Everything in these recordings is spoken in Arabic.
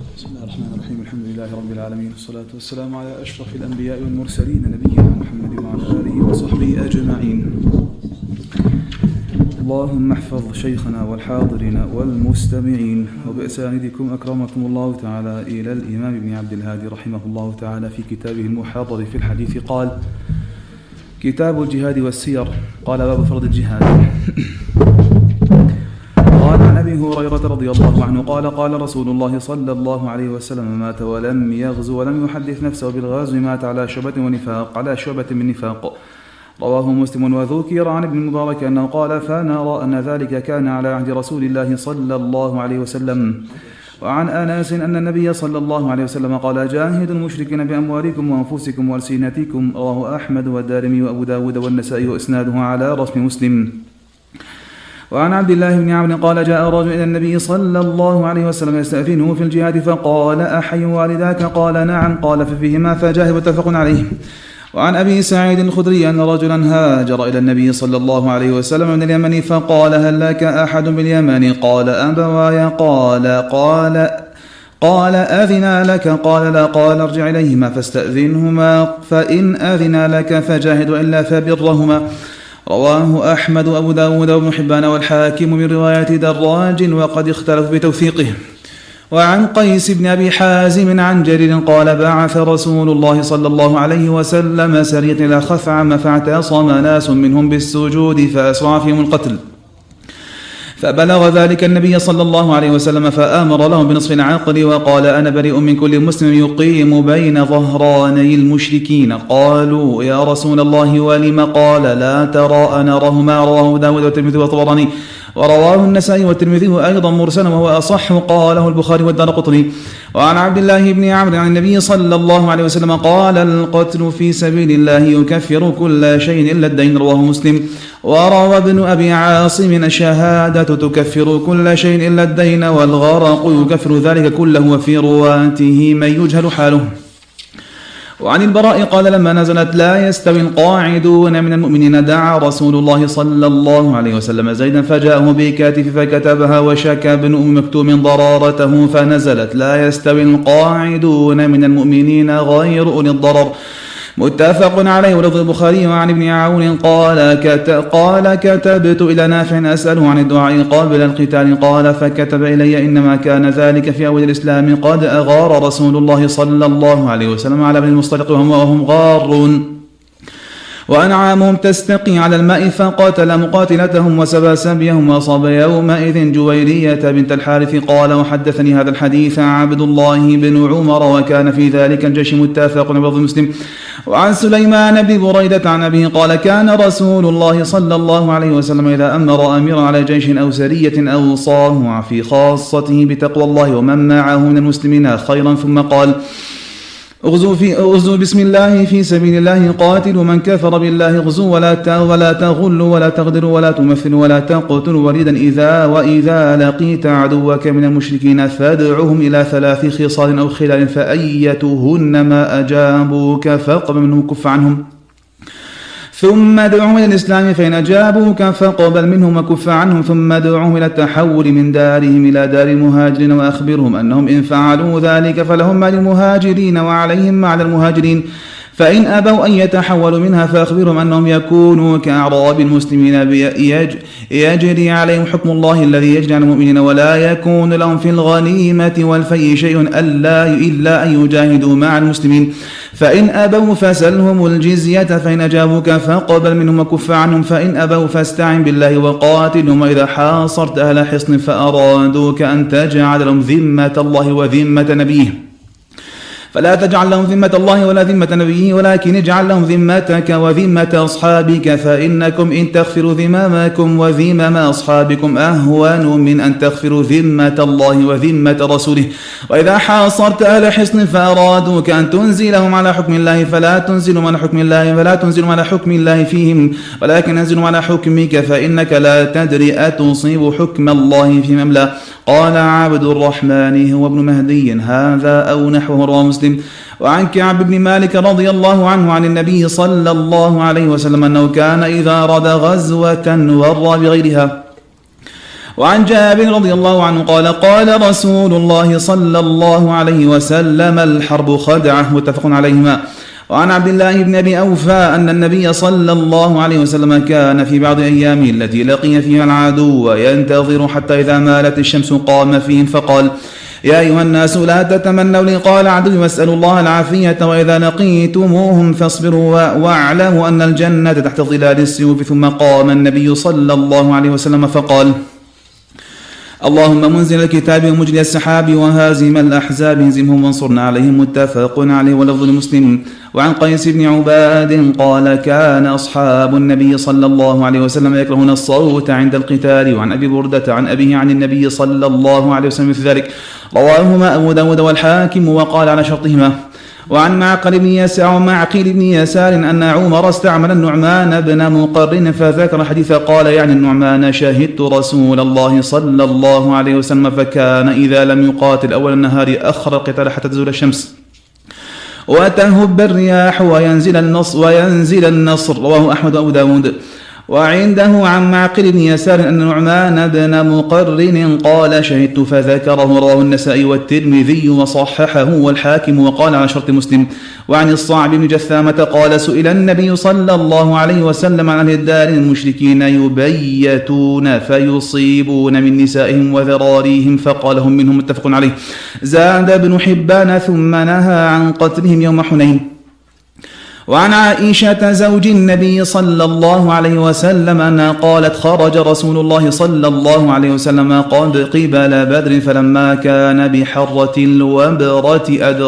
بسم الله الرحمن الرحيم. الحمد لله رب العالمين، والصلاة والسلام على أشرف الأنبياء والمرسلين نبينا محمد وعلى آله وصحبه أجمعين. اللهم احفظ شيخنا والحاضرين والمستمعين وبأساندكم أكرمكم الله تعالى إلى الإمام ابن عبد الهادي رحمه الله تعالى في كتابه المحاضر في الحديث قال: كتاب الجهاد والسير. قال: باب فرض الجهاد. قال عن أبي هريرة رضي الله عنه قال: قال رسول الله صلى الله عليه وسلم: مات ولم يغزو ولم يحدث نفسه بالغزو مات على شعبة من نفاق. رواه مسلم. وذكر عن ابن المبارك أنه قال: فنرى أن ذلك كان على عهد رسول الله صلى الله عليه وسلم. وعن أنس أن النبي صلى الله عليه وسلم قال: جاهدوا المشركين بأموالكم وأنفسكم وألسنتكم. رواه أحمد والدارمي وأبو داود والنسائي وإسناده على رسم مسلم. وعن عبد الله بن عمرو قال: جاء رجل إلى النبي صلى الله عليه وسلم يستأذنه في الجهاد فقال: أحي والداك؟ قال: نعم. قال: ففيهما فجاهد. متفق عليه. وعن أبي سعيد الخدري أن رجلا هاجر إلى النبي صلى الله عليه وسلم من اليمن فقال: هل لك أحد باليمن؟ قال: أبواي. قال: أذنا لك؟ قال: لا. قال: ارجع إليهما فاستأذنهما، فإن أذنا لك فجاهد وإلا فبرهما. رواه أحمد وأبو داود وابن حبان والحاكم من رواية دراج، وقد اختلف بتوثيقه. وعن قيس بن أبي حازم عن جرير قال: بعث رسول الله صلى الله عليه وسلم سرية إلى خثعم فاعتصم ناس منهم بالسجود فأسرع فيهم القتل، فبلغ ذلك النبي صلى الله عليه وسلم فآمر لهم بنصف العقل وقال: أنا بريء من كل مسلم يقيم بين ظهراني المشركين. قالوا: يا رسول الله ولم؟ قال: لا ترى نرهما. رواه داود والترمذي والطبراني، ورواه النسائي والترمذي أيضا مرسلا وهو أصح، قاله البخاري والدارقطني. وعن عبد الله بن عمرو عن النبي صلى الله عليه وسلم قال: القتل في سبيل الله يكفر كل شيء إلا الدين. رواه مسلم. وروى ابن أبي عاصم: الشهادة تكفر كل شيء إلا الدين، والغرق يكفر ذلك كله، وفي رواته من يجهل حاله. وعن البراء قال: لما نزلت لا يستوي القاعدون من المؤمنين دعا رسول الله صلى الله عليه وسلم زيدا فجاءه بكاتف فكتبها، وشكى ابن أم مكتوم ضرارته فنزلت لا يستوي القاعدون من المؤمنين غير أولي الضرر. متفق عليه. ولفظ البخاري. وعن ابن عون قال: كتبت إلى نافع أسأله عن الدعاء قبل القتال، قال: فكتب إلي: إنما كان ذلك في أول الإسلام، قد أغار رسول الله صلى الله عليه وسلم على بني المصطلق وهم غارون، وأنعامهم تستقي على الماء، فقاتل مقاتلتهم وسبى سبيهم، وأصاب يومئذ جويرية بنت الحارث. قال: وحدثني هذا الحديث عبد الله بن عمر، وكان في ذلك الجيش. متفق على مسلم. وعن سليمان بن بريدة عن أبيه قال: كان رسول الله صلى الله عليه وسلم إذا أمر أميرا على جيش أو سرية أوصاه في خاصته بتقوى الله ومن معه من المسلمين خيرا، ثم قال: اغزوا بسم الله في سبيل الله، قاتلوا من كفر بالله، اغزوا ولا تغلوا ولا تغدروا ولا تمثلوا ولا تقتلوا وليدا وإذا لقيت عدوك من المشركين فادعوهم إلى 3 خصال أو خلال، فأيتهن ما أجابوك فاقبل منهم كف عنهم، ثم ادعوهم إلى الإسلام فإن أجابوك فاقبل منهم وكف عنهم، ثم ادعوهم إلى التحول من دارهم إلى دار المهاجرين، وأخبرهم أنهم إن فعلوا ذلك فلهم ما للمهاجرين وعليهم ما على المهاجرين، فإن أبوا أن يتحولوا منها فأخبرهم أنهم يكونوا كأعراب المسلمين يجري عليهم حكم الله الذي يجري على المؤمنين، ولا يكون لهم في الغنيمة والفيء شيء إلا أن يجاهدوا مع المسلمين، فإن أبوا فسلهم الجزية، فإن أجابوك فاقبل منهم وكف عنهم، فإن أبوا فاستعن بالله وقاتلهم، وإذا حاصرت أهل حصن فأرادوك أن تجعل لهم ذمة الله وذمة نبيه فلا تجعل لهم ذمة الله ولا ذمة نبيه، ولكن اجعل لهم ذمتك وذمة أصحابك، فإنكم إن تغفروا ذمامكم وذمم أصحابكم أهون من أن تغفروا ذمة الله وذمة رسوله. وإذا حاصرت أهل حصن فأرادوك أن تنزلهم على حكم الله فلا تنزلهم على حكم الله فيهم، ولكن انزلهم على حكمك، فإنك لا تدري أتصيب حكم الله في مملا. قال عبد الرحمن هو ابن مهدي هذا أو نحوه. رواه مسلم. وعن كعب بن مالك رضي الله عنه عن النبي صلى الله عليه وسلم أنه كان إذا أراد غزوة ورى بغيرها وعن جابر رضي الله عنه قال قال رسول الله صلى الله عليه وسلم الحرب خدعة متفق عليهما. وعن عبد الله بن أبي أوفى أن النبي صلى الله عليه وسلم كان في بعض أيامه التي لقي فيها العدو وينتظر حتى إذا مالت الشمس قام فيهم فقال يا أيها الناس لا تتمنوا لقاء العدو واسألوا الله العافية وإذا لقيتموهم فاصبروا واعلموا أن الجنة تحت ظلال السيوف. ثم قام النبي صلى الله عليه وسلم فقال اللهم منزل الكتاب ومجري السحاب وهازم الأحزاب انزمهم وانصرنا عليهم متفق عليه ولفظ مسلم. وعن قيس بن عباد قال كان أصحاب النبي صلى الله عليه وسلم يكرهون الصوت عند القتال. وعن أبي بردة عن أبيه عن النبي صلى الله عليه وسلم في ذلك رواهما أبو داود والحاكم وقال على شرطهما. وعن معقل بن يسار أن عمر استعمل النعمان بن مقرن فذكر حديث قال يعني النعمان شهدت رسول الله صلى الله عليه وسلم فكان إذا لم يقاتل أول النهار أخر القتال حتى تزول الشمس وتهب الرياح وينزل النصر رواه أحمد وأبو داود. وعنده عن معقل بن يسار أن نعمان بن مقرن قال شهدت فذكره رواه النسائي والترمذي وصححه والحاكم وقال على شرط مسلم. وعن الصعب بن جثامة قال سئل النبي صلى الله عليه وسلم عن أهل الدار المشركين يبيتون فيصيبون من نسائهم وذراريهم فقال هم منهم متفق عليه. زاد ابن حبان ثم نهى عن قتلهم يوم حنين. وعن عائشة زوج النبي صلى الله عليه وسلم أنها قالت خرج رسول الله صلى الله عليه وسلم قد قبل بدر فلما كان بحرة الوبرة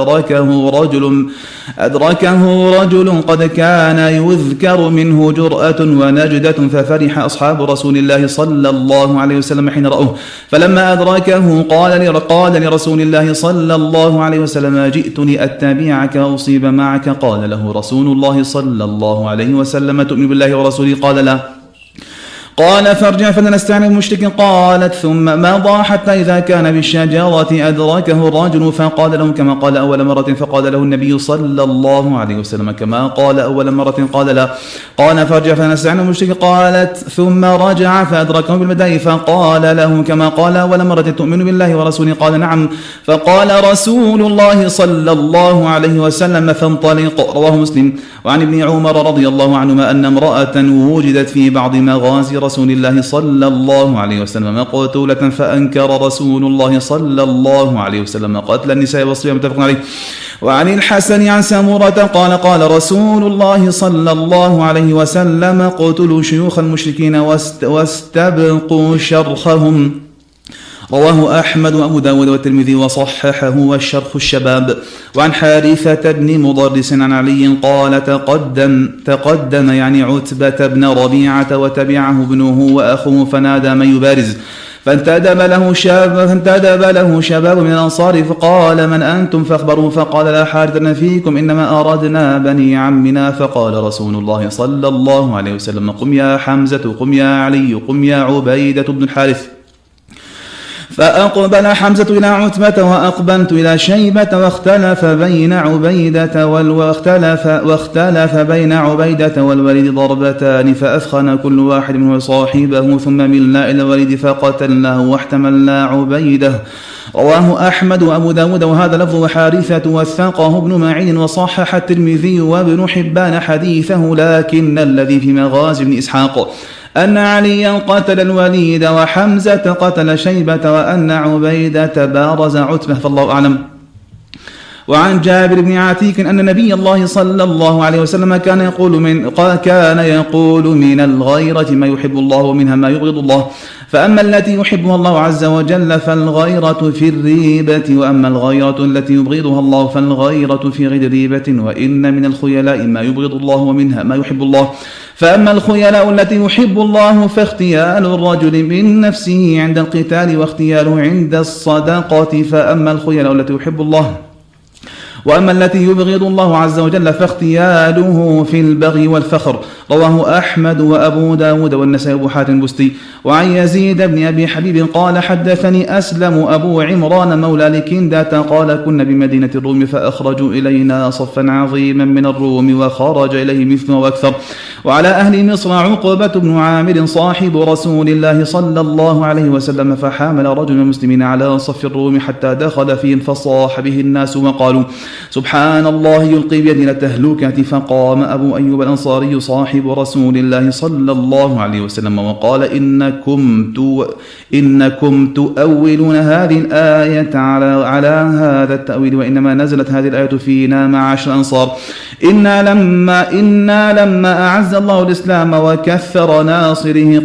أدركه رجل قد كان يذكر منه جرأة ونجدة ففرح أصحاب رسول الله صلى الله عليه وسلم حين رأوه فلما أدركه قال لرسول الله صلى الله عليه وسلم جئتني أتبعك وأصيب معك قال له رسول الله صلى الله عليه وسلم تؤمن بالله ورسوله قال لا قال فارجع فلنستعن المشرك قالت ثم مضى حتى إذا كان بالشجرة أدركه الرجل فقال له كما قال أول مرة فقال له النبي صلى الله عليه وسلم كما قال أول مرة قال لا قال فارجع فلنستعن المشرك قالت ثم رجع فأدركه بالمداء فقال له كما قال أول مرة تؤمن بالله ورسوله قال نعم فقال رسول الله صلى الله عليه وسلم فانطلق رواه مسلم. وعن ابن عمر رضي الله عنهما أن امرأة وجدت في بعض مغازي رسول الله صلى الله عليه وسلم مقتولة فأنكر رسول الله صلى الله عليه وسلم قتل النساء والصبيان متفق عليه. وعن الحسن عن سمرة قال قال رسول الله صلى الله عليه وسلم اقتلوا شيوخ المشركين واستبقوا شرخهم رواه أحمد وأبو داود والترمذي وصححه والشرخ الشباب. وعن حارثة بن مضرس عن علي قال تقدم يعني عتبة بن ربيعة وتبعه ابنه وأخوه فنادى من يبارز فانتدب له شباب من الأنصار فقال من أنتم فأخبروه فقال لا حارث فيكم إنما أردنا بني عمنا فقال رسول الله صلى الله عليه وسلم قم يا حمزة قم يا علي قم يا عبيدة بن الحارث فأقبل حمزة إلى عتبة وأقبلت إلى شيبة واختلف بين عبيدة والوليد ضربتان فأثخن كل واحد منه صاحبه ثم ملنا إلى الوليد فقتلناه واحتملنا عبيدة رواه أحمد وأبو داود وهذا لفظ وحارثة وثقه ابن معين وصحح الترمذي وابن حبان حديثه لكن الذي في مغازي بن إسحاق أن عليا قتل الوليد وحمزة قتل شيبة وأن عبيدة بارز عتبة فالله أعلم. وعن جابر بن عتيك أن نبي الله صلى الله عليه وسلم كان يقول من الغيرة ما يحب الله ومنها ما يبغض الله فأما التي يحبها الله عز وجل فالغيرة في الريبة وأما الغيرة التي يبغضها الله فالغيرة في غير ريبة وإن من الخيلاء ما يبغض الله ومنها ما يحب الله فأما الخيلاء التي يحب الله فاختيال الرجل من نفسه عند القتال واختياله عند الصدقة فأما الخيلاء التي يحب الله وأما التي يبغض الله عز وجل فاختياله في البغي والفخر. رواه أحمد وأبو داود والنسائي وأبو حاتم البستي. وعن يزيد بن أبي حبيب قال حدثني أسلم أبو عمران مولى لكندة قال كنا بمدينة الروم فأخرجوا إلينا صفا عظيما من الروم وخرج إليه مثله وأكثر. وعلى أهل مصر عقبة بن عامر صاحب رسول الله صلى الله عليه وسلم فحامل رجل من المسلمين على صف الروم حتى دخل فيهم فصاح به الناس وقالوا سبحان الله يلقي بيدنا التهلكة. فقام أبو أيوب الأنصاري صاحب رسول الله صلى الله عليه وسلم وقال إنكم تؤولون هذه الآية على هذا التأويل وإنما نزلت هذه الآية فينا معاشر الأنصار إنا لما أعز الله الإسلام وكثر ناصره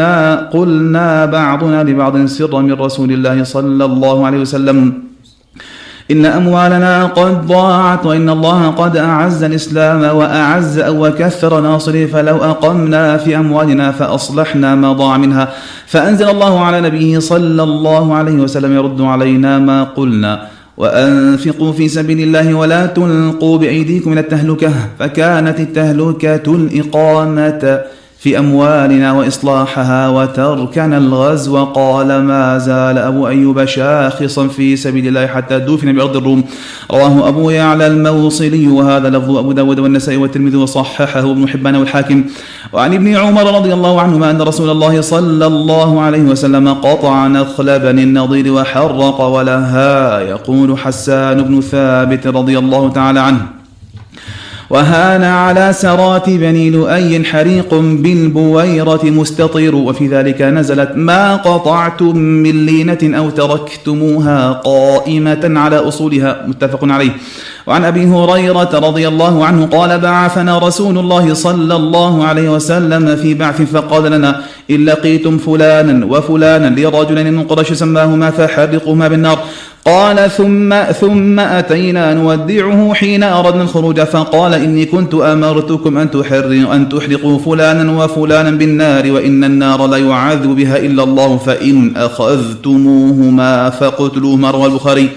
قلنا بعضنا لبعض سرا من رسول الله صلى الله عليه وسلم إن أموالنا قد ضاعت وإن الله قد أعز الإسلام وأعز وكثر ناصره فلو أقمنا في أموالنا فأصلحنا ما ضاع منها. فأنزل الله على نبيه صلى الله عليه وسلم يرد علينا ما قلنا وأنفقوا في سبيل الله ولا تلقوا بأيديكم إلى التهلكة. فكانت التهلكة الإقامة في أموالنا وإصلاحها وتركنا الغزو. قال ما زال أبو أيوب شاخصا في سبيل الله حتى دفن بأرض الروم. رواه أبو يعلى الموصلي وهذا لفظ أبو داود والنسائي والترمذي وصححه ابن حبان والحاكم. وعن ابن عمر رضي الله عنهما أن رسول الله صلى الله عليه وسلم قطع نخل بني النضير وحرق ولها. يقول حسان بن ثابت رضي الله تعالى عنه وهان على سرات بني لؤي حريق بالبويرة مستطير. وفي ذلك نزلت ما قطعتم من لينة أو تركتموها قائمة على أصولها متفق عليه. وعن أبي هريرة رضي الله عنه قال بعثنا رسول الله صلى الله عليه وسلم في بعث فقال لنا إن لقيتم فلانا وفلانا لرجلين من قريش سماهما فحرقهما بالنار. قال ثم أتينا نودعه حين أردنا الخروج فقال إني كنت أمرتكم أن تحرقوا فلانا وفلانا بالنار وإن النار لا يعذب بها إلا الله فإن أخذتموهما فقتلوهما. رواه البخاري.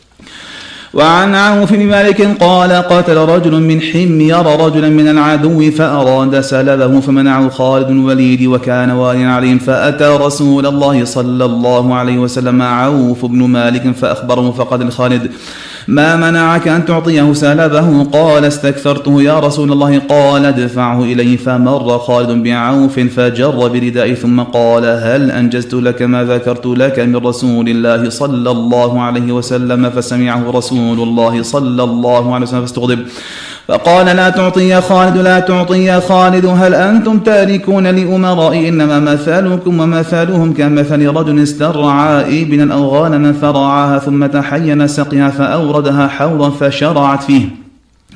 وعن عوف بن مالك قال قتل رجل من حمير رجلا من العدو فأراد سلبه فمنعه خالد بن الوليد وكان واليا عليهم فأتى رسول الله صلى الله عليه وسلم عوف بن مالك فأخبره فقال خالد ما منعك أن تعطيه سلبه؟ قال استكثرته يا رسول الله. قال ادفعه إليه. فمر خالد بعوف فجر بردائه ثم قال هل أنجزت لك ما ذكرت لك من رسول الله صلى الله عليه وسلم؟ فسمعه رسول الله صلى الله عليه وسلم فاستغضب فقال لا تعطي يا خالد لا تعطي يا خالد هل أنتم تاركون لأمرائي إنما مثالكم ومثالهم كمثل رجل استرعى إبلا أو غانما فرعاها ثم تحين سقيها فأوردها حوضا فشرعت فيه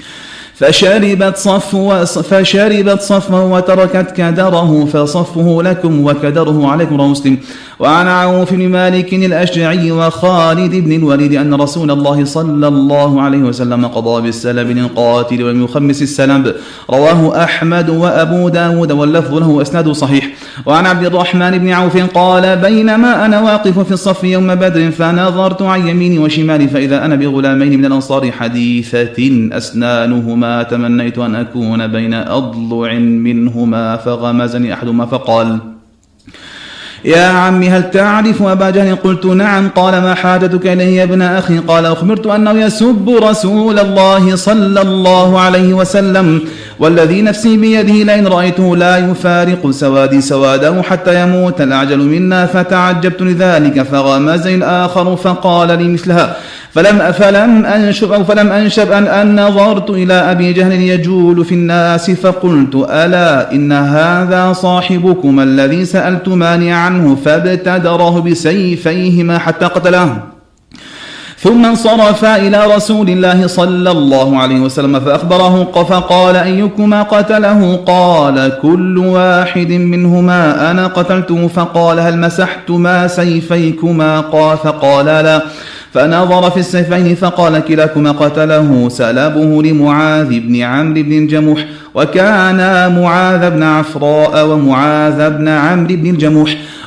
فشربت صفه وتركت كدره فصفه لكم وكدره عليكم. رواه مسلم. وعن عوف بن مالك الأشجعي وخالد بن الوليد أن رسول الله صلى الله عليه وسلم قضى بالسلب للقاتل ولم يخمس السلب. رواه أحمد وأبو داود واللفظ له وإسناده صحيح. وعن عبد الرحمن بن عوف قال بينما أنا واقف في الصف يوم بدر فنظرت عن يميني وشمالي فإذا أنا بغلامين من الأنصار حديثة أسنانهما تمنيت أن أكون بين أضلع منهما فغمزني أحدهما فقال يا عمي هل تعرف أبا جهل؟ قلت نعم. قال ما حاجتك إليه يا ابن أخي؟ قال أخبرت أنه يسب رسول الله صلى الله عليه وسلم والذي نفسي بيده لئن رأيته لا يفارق سوادي سواده حتى يموت الأعجل منا. فتعجبت لذلك فغمزني الآخر فقال لي مثلها فلم أنشب أن نظرت إلى أبي جهل يجول في الناس فقلت ألا إن هذا صاحبكما الذي سألتماني عنه فابتدره بسيفيهما حتى قتله. ثم انصرفا إلى رسول الله صلى الله عليه وسلم فأخبره فقال أيكما قتله؟ قال كل واحد منهما أنا قتلته. فقال هل مسحتما سيفيكما؟ فقال لا. فنظر في السيفين فقال كلاكما قتله. سلبه لمعاذ بن عمرو بن الجموح وكان معاذ بن عفراء ومعاذ بن عمرو بن الجموح.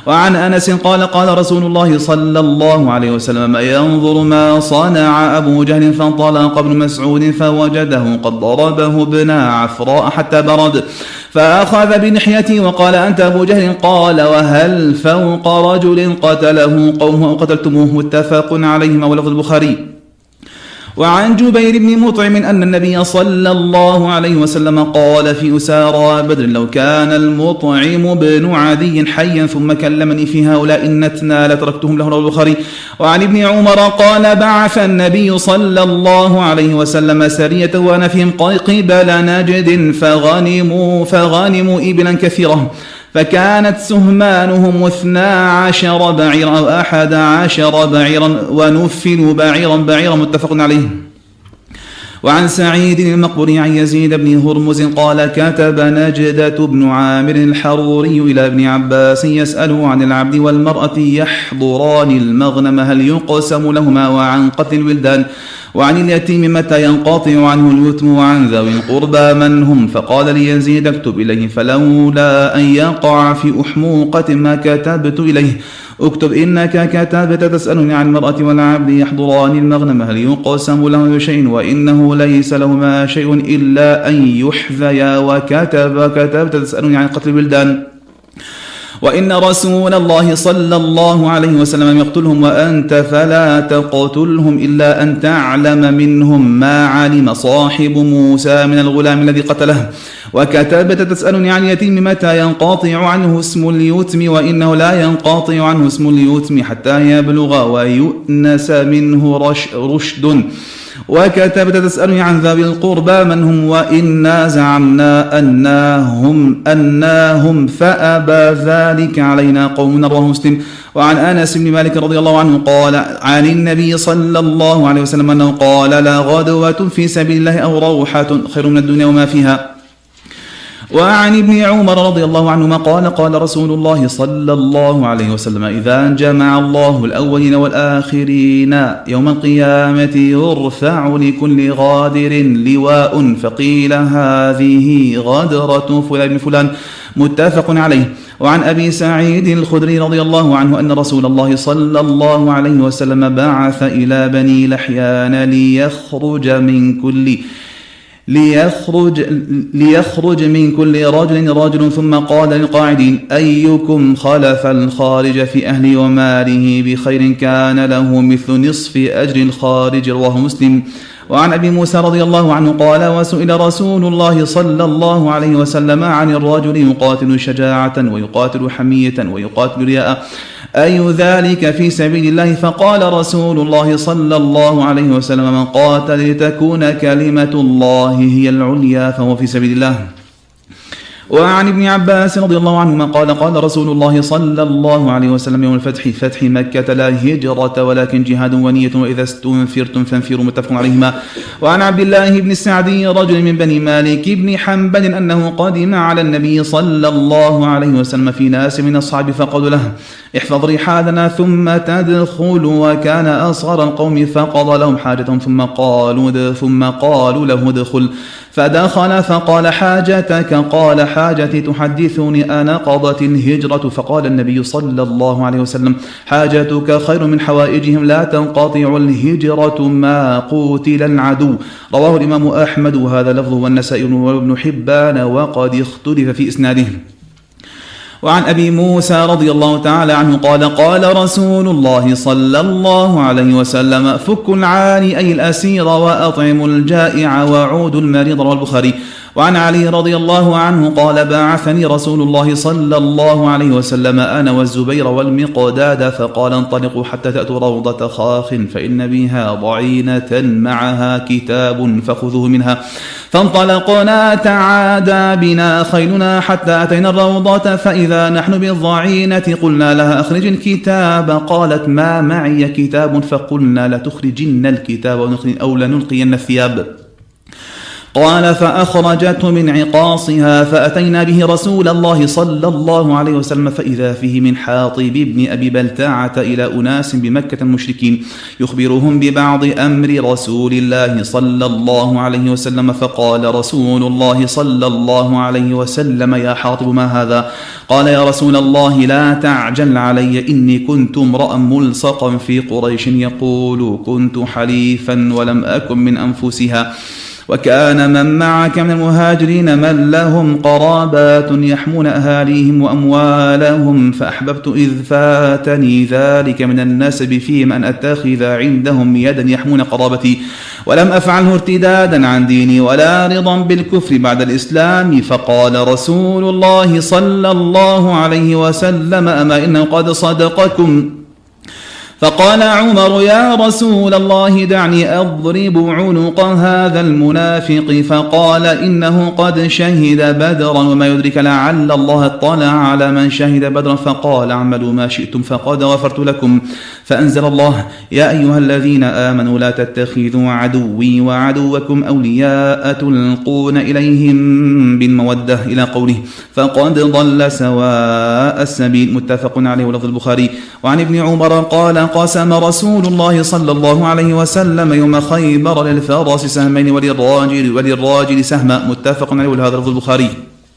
وعن أنس قال قال رسول الله صلى الله عليه وسلم ما ينظر ما صنع أبو جهل فانطلق ابن مسعود فوجده قد ضربه ابن عفراء حتى برد فأخذ بنحيته وقال أنت أبو جهل قال وهل فوق رجل قتله قومه أو قتلتموه متفق عليهما ولفظ البخاري. وعن جبير بن مطعم أن النبي صلى الله عليه وسلم قال في أسارى بدر لو كان المطعم بن عدي حيا ثم كلمني في هؤلاء النتنى لتركتهم له البخاري. وعن ابن عمر قال بعث النبي صلى الله عليه وسلم سرية وأنا فيهم قبل نجد فغنموا إبلا كثيرة فكانت سهمانهم 12 بعيرا أو 11 بعيرا ونفلوا بعيرا متفق عليه. وعن سعيد المقبري عن يزيد بن هرمز قال كتب نجدة بن عامر الحروري إلى ابن عباس يسأله عن العبد والمرأة يحضران المغنم هل يقسم لهما وعن قتل الولدان وعن اليتيم متى ينقطع عنه اليتم وعن ذوي القربى من هم فقال ليزيد اكتب إليه فلولا أن يقع في أحموقة ما كتبت إليه اكتب إنك كتبت تسألني عن المرأة والعبد يحضران المغنم هل يقسم له شيء وإنه ليس لهما شيء إلا أن يحذيا وكتبت تسألني عن قتل الولدان وإن رسول الله صلى الله عليه وسلم يقتلهم وأنت فلا تقتلهم إلا أن تعلم منهم ما علم صاحب موسى من الغلام الذي قتله وكتبت تسألني عن اليتيم متى ينقطع عنه اسم اليتم وإنه لا ينقطع عنه اسم اليتم حتى يبلغ ويؤنس منه رشد وكتبت تسألني عن ذوي القربى من هم وإنا زعمنا أنهم فأبى ذلك علينا قومنا رواه مسلم. وعن أنس بن مالك رضي الله عنه قال عن النبي صلى الله عليه وسلم أنه قال لا غدوة في سبيل الله أو روحة خير من الدنيا وما فيها. وعن ابن عمر رضي الله عنهما قال رسول الله صلى الله عليه وسلم إذا جمع الله الأولين والآخرين يوم القيامة يرفع لكل غادر لواء فقيل هذه غدرة فلان بن فلان متفق عليه. وعن أبي سعيد الخدري رضي الله عنه أن رسول الله صلى الله عليه وسلم بعث إلى بني لحيان ليخرج من كل رجل ثم قال للقاعدين أيكم خلف الخارج في أهله وماله بخير كان له مثل نصف أجر الخارج رواه مسلم. وعن أبي موسى رضي الله عنه قال وسئل رسول الله صلى الله عليه وسلم عن الرجل يقاتل شجاعة ويقاتل حمية ويقاتل رياء أي ذلك في سبيل الله فقال رسول الله صلى الله عليه وسلم من قاتل لتكون كلمة الله هي العليا فهو في سبيل الله. وعن ابن عباس رضي الله عنهما قال رسول الله صلى الله عليه وسلم يوم فتح مكة لا هجرة ولكن جهاد ونية وإذا استنفرتم فانفروا متفق عليهما. وعن عبد الله بن السعدي رجل من بني مالك بن حنبل أنه قدم على النبي صلى الله عليه وسلم في ناس من أصحابه فقالوا له احفظ رحالنا ثم تدخل وكان أصغر القوم فقضى لهم حاجتهم ثم قالوا له ادخل فدخل فقال حاجتك قال حاجتي تحدثني أنا قضت الهجرة فقال النبي صلى الله عليه وسلم حاجتك خير من حوائجهم لا تنقطع الهجرة ما قتل العدو رواه الإمام أحمد وهذا لفظه والنسائي وابن حبان وقد اختلف في إسناده. وعن أبي موسى رضي الله تعالى عنه قال رسول الله صلى الله عليه وسلم فكوا العاني أي الأسير وأطعموا الجائع وعودوا المريض رواه البخاري. وعن علي رضي الله عنه قال بعثني رسول الله صلى الله عليه وسلم أنا والزبير والمقداد فقال انطلقوا حتى تأتوا روضة خاخ فإن بها ضعينة معها كتاب فخذوه منها فانطلقنا تعادى بنا خيلنا حتى أتينا الروضة فإذا نحن بالضعينة قلنا لها أخرج الكتاب قالت ما معي كتاب فقلنا لتخرجن الكتاب أو لنلقين الثياب قال فأخرجته من عقاصها فأتينا به رسول الله صلى الله عليه وسلم فإذا فيه من حاطب بن أبي بلتاعة إلى أناس بمكة المشركين يخبرهم ببعض أمر رسول الله صلى الله عليه وسلم. فقال رسول الله صلى الله عليه وسلم يا حاطب ما هذا؟ قال يا رسول الله لا تعجل علي إني كنت امرأ ملصقا في قريش يقول كنت حليفا ولم أكن من أنفسها وكان من معك من المهاجرين من لهم قرابات يحمون أهاليهم وأموالهم فأحببت إذ فاتني ذلك من النسب فيهم أن أتخذ عندهم يدا يحمون قرابتي ولم أفعله ارتدادا عن ديني ولا رضا بالكفر بعد الإسلام. فقال رسول الله صلى الله عليه وسلم أما إنه قد صدقكم. فقال عمر يا رسول الله دعني أضرب عنق هذا المنافق. فقال إنه قد شهد بدرا وما يدرك لعل الله اطلع على من شهد بدرا. فقال اعملوا ما شئتم فقد غفرت لكم. فأنزل الله يا أيها الذين آمنوا لا تتخذوا عدوي وعدوكم أولياء تلقون إليهم بالمودة إلى قوله فقد ضل سواء السبيل متفق عليه ولفظ البخاري. وعن ابن عمر قال قسم رسول الله صلى الله عليه وسلم يوم خيبر للفرس سهمين وللراجل سهما متفق عليه وهذا لفظ البخاري.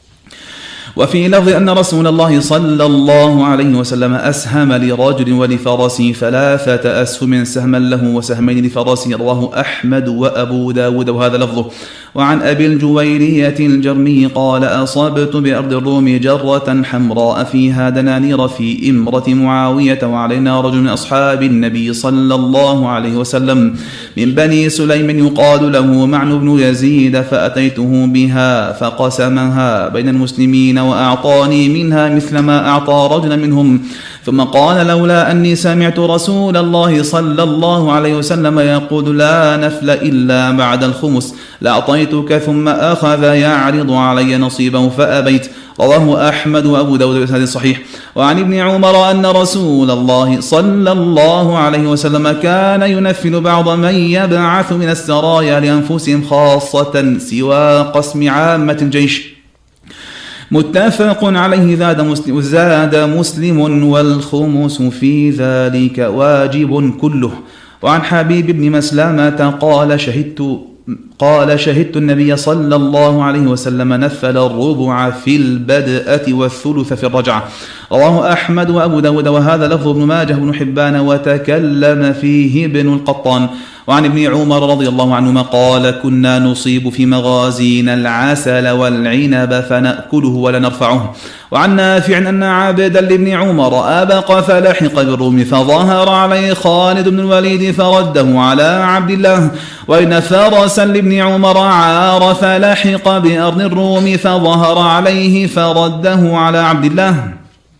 وفي لفظ أن رسول الله صلى الله عليه وسلم أسهم لرجل ولفرس 3 أسهم سهما له وسهمين لفرسه رواه أحمد وأبو داود وهذا لفظه. وعن أبي الجويرية الجرمي قال أصبت بأرض الروم جرة حمراء فيها دنانير في إمرة معاوية وعلينا رجل من أصحاب النبي صلى الله عليه وسلم من بني سليم يقال له معن بن يزيد فأتيته بها فقسمها بين المسلمين وأعطاني منها مثل ما أعطى رجلا منهم ثم قال لولا أني سمعت رسول الله صلى الله عليه وسلم يقول لا نفل إلا بعد الخمس لأعطيتك. ثم أخذ يعرض علي نصيبه فأبيت رواه أحمد وأبو داود بإسناد صحيح. وعن ابن عمر أن رسول الله صلى الله عليه وسلم كان ينفل بعض من يبعث من السرايا لأنفسهم خاصة سوى قسم عامة الجيش متفق عليه. زاد مسلم والخمس في ذلك واجب كله. وعن حبيب بن مسلمة قال شهدت النبي صلى الله عليه وسلم نفل الربع في البدءة والثلث في الرجعة رواه أحمد وأبو داود وهذا لفظ ابن ماجه بن حبان وتكلم فيه ابن القطان. وعن ابن عمر رضي الله عنهما قال كنا نصيب في مغازينا العسل والعنب فنأكله ولا نرفعه. وعن نافع أن عبدا لابن عمر أبق فلحق بالروم فظهر عليه خالد بن الوليد فرده على عبد الله. وإن فرسا لابن عمر عار فلحق بأرض الروم فظهر عليه فرده على عبد الله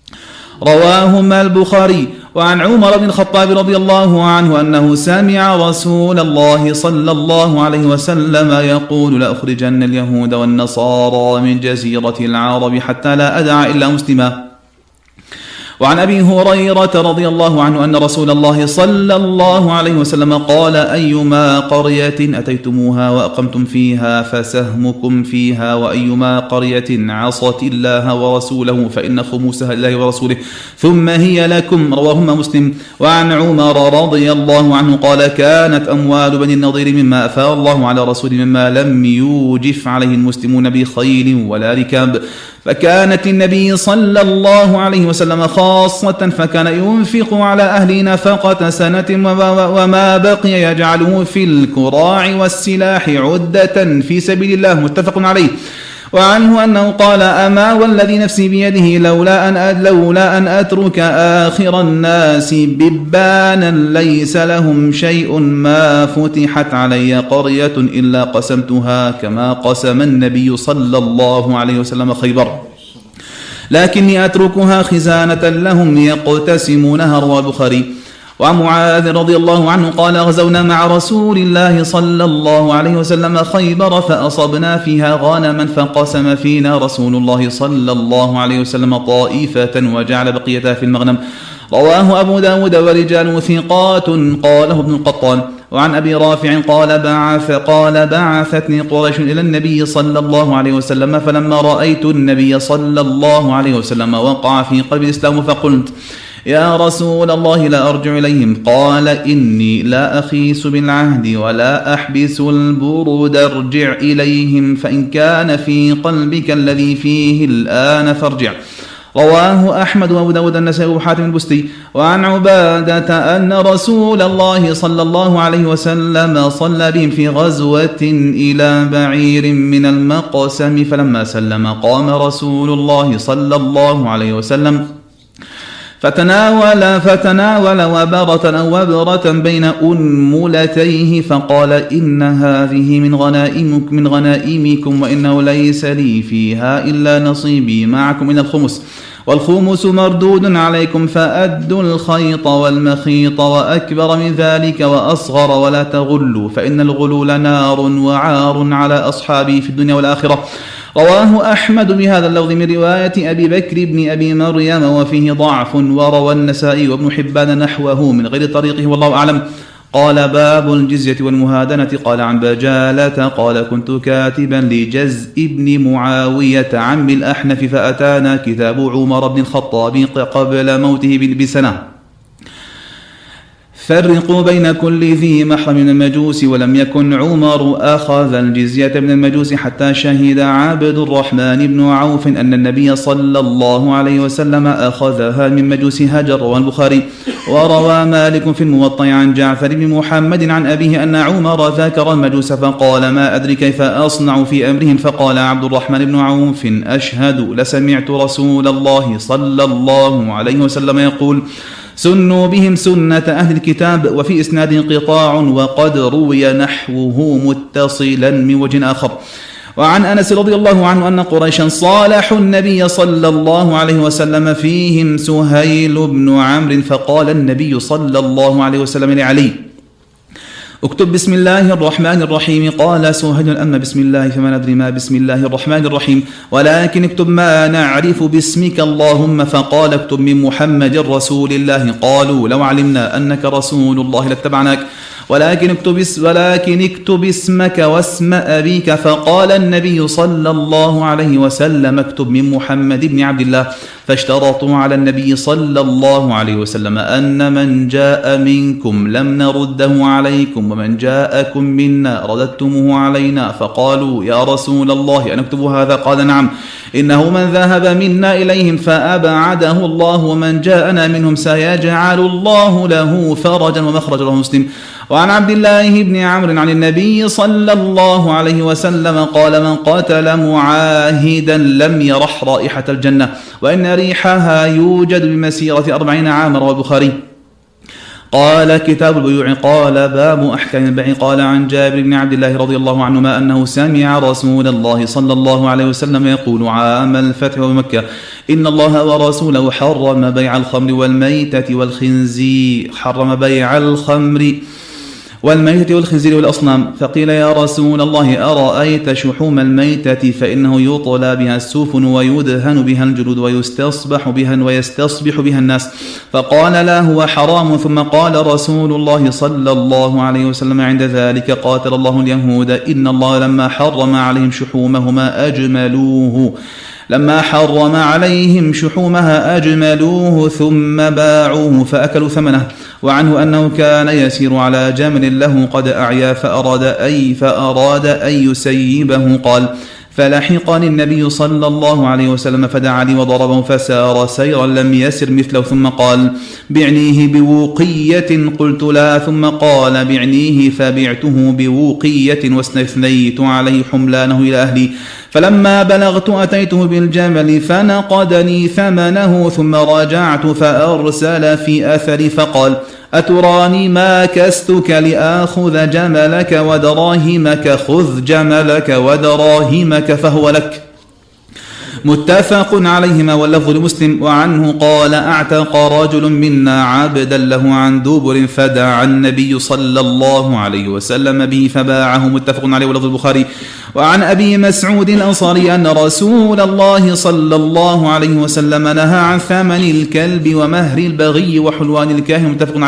رواهما البخاري. وعن عمر بن الخطاب رضي الله عنه أنه سمع رسول الله صلى الله عليه وسلم يقول لأخرجن اليهود والنصارى من جزيرة العرب حتى لا أدع إلا مسلما. وعن أبي هريرة رضي الله عنه أن رسول الله صلى الله عليه وسلم قال أيما قرية أتيتموها وأقمتم فيها فسهمكم فيها وأيما قرية عصت الله ورسوله فإن خموسها لله ورسوله ثم هي لكم رواهما مسلم. وعن عمر رضي الله عنه قال كانت أموال بني النضير مما أفاء الله على رسوله مما لم يوجف عليه المسلمون بخيل ولا ركاب فكانت النبي صلى الله عليه وسلم خاصة فكان ينفق على أهل نفقة سنة وما بقي يجعله في الكراع والسلاح عدة في سبيل الله متفق عليه. وعنه أنه قال أما والذي نفسي بيده لولا أن أترك آخر الناس ببانا ليس لهم شيء ما فتحت علي قرية إلا قسمتها كما قسم النبي صلى الله عليه وسلم خيبر لكني أتركها خزانة لهم يقتسمونها رواه البخاري. وعن معاذ رضي الله عنه قال غزونا مع رسول الله صلى الله عليه وسلم خيبر فأصبنا فيها غنما فقسم فينا رسول الله صلى الله عليه وسلم طائفة وجعل بقيتها في المغنم رواه أبو داود ورجال ثقات قاله ابن القطان. وعن أبي رافع قال بعثتني قريش إلى النبي صلى الله عليه وسلم، فلما رأيت النبي صلى الله عليه وسلم وقع في قلب الإسلام فقلت يا رسول الله لا أرجع إليهم. قال إني لا أخيس بالعهد ولا أحبس البرود، ارجع إليهم فإن كان في قلبك الذي فيه الآن فارجع. رواه أحمد وأبو داود النسائي وحاتم البستي. وعن عبادة أن رسول الله صلى الله عليه وسلم صلى بهم في غزوة إلى بعير من المقسم، فلما سلم قام رسول الله صلى الله عليه وسلم فتناول وبرة أو وبرة بين أنملتيه فقال إن هذه من غنائمكم وإنه ليس لي فيها إلا نصيبي معكم من الخمس، والخمس مردود عليكم، فأدوا الخيط والمخيط وأكبر من ذلك وأصغر ولا تغلوا، فإن الغلول نار وعار على أصحابي في الدنيا والآخرة. رواه أحمد بهذا اللفظ من رواية أبي بكر بن أبي مريم وفيه ضعف، وروى النسائي وابن حبان نحوه من غير طريقه والله أعلم. قال باب الجزية والمهادنة. قال عن بجالة قال كنت كاتبا لجزء بن معاوية عم الأحنف، فأتانا كتاب عمر بن الخطاب قبل موته بسنة، فرقوا بين كل ذي محرم من المجوس، ولم يكن عمر أخذ الجزية من المجوس حتى شهد عبد الرحمن بن عوف أن النبي صلى الله عليه وسلم أخذها من مجوس هجر. رواه البخاري. وروى مالك في الموطأ عن جعفر بن محمد عن أبيه أن عمر ذكر المجوس فقال ما أدري كيف أصنع في أمرهم، فقال عبد الرحمن بن عوف أشهد لسمعت رسول الله صلى الله عليه وسلم يقول سنوا بهم سنة أهل الكتاب. وفي إسناد انقطاع وقد روي نحوه متصلا من وجه آخر. وعن أنس رضي الله عنه أن قريشا صالحوا النبي صلى الله عليه وسلم فيهم سهيل بن عمرو، فقال النبي صلى الله عليه وسلم لعلي اكتب بسم الله الرحمن الرحيم. قال سهيل أما بسم الله فما ندري ما بسم الله الرحمن الرحيم، ولكن اكتب ما نعرف باسمك اللهم. فقال اكتب من محمد رسول الله. قالوا لو علمنا أنك رسول الله لاتبعناك، ولكن اكتب اسمك واسم أبيك. فقال النبي صلى الله عليه وسلم اكتب من محمد بن عبد الله. فاشترطوا على النبي صلى الله عليه وسلم أن من جاء منكم لم نرده عليكم، ومن جاءكم منا رددتموه علينا. فقالوا يا رسول الله أنكتب هذا؟ قال نعم، إنه من ذهب منا إليهم فأبعده الله، ومن جاءنا منهم سيجعل الله له فرجا ومخرجا. رواه مسلم. وعن عبد الله بن عمرو عن النبي صلى الله عليه وسلم قال من قاتل معاهدا لم يرح رائحة الجنة، وإن ريحها يوجد بمسيرة 40 عاما. رواه البخاري. قال كتاب البيوع. قال باب أحكام البيع. قال عن جابر بن عبد الله رضي الله عنهما أنه سمع رسول الله صلى الله عليه وسلم يقول عام الفتح ومكة إن الله ورسوله حرم بيع الخمر والميتة والخنزير، حرم بيع الخمر والميتة والخنزير والأصنام. فقيل يا رسول الله أرأيت شحوم الميتة فإنه يطلى بها السفن ويدهن بها الجلود ويستصبح بها الناس. فقال لا هو حرام. ثم قال رسول الله صلى الله عليه وسلم عند ذلك قاتل الله اليهود إن الله لما حرم عليهم شحومها أجملوه ثم باعوه فأكلوا ثمنه. وعنه أنه كان يسير على جمل له قد أعيا فأراد أن يسيبه. قال فلحقني النبي صلى الله عليه وسلم فدعا لي وضربه فسار سيرا لم يسر مثله، ثم قال بعنيه بوقية. قلت لا. ثم قال بعنيه فبعته بوقية واستثنيت عليه حملانه إلى أهلي. فلما بلغت أتيته بالجمل فنقدني ثمنه، ثم راجعت فأرسل في أثري فقال أتراني ما كستك لآخذ جملك ودراهمك؟ خذ جملك ودراهمك فهو لك. متفق عليهما واللفظ لمسلم. وعنه قال اعتق رجل منا عبدا له عن دبر فدعا النبي صلى الله عليه وسلم به فباعه. متفق عليه واللفظ البخاري. وعن أبي مسعود الأنصاري أن رسول الله صلى الله عليه وسلم نهى عن ثمن الكلب ومهر البغي وحلوان الكاهن. متفق عليه.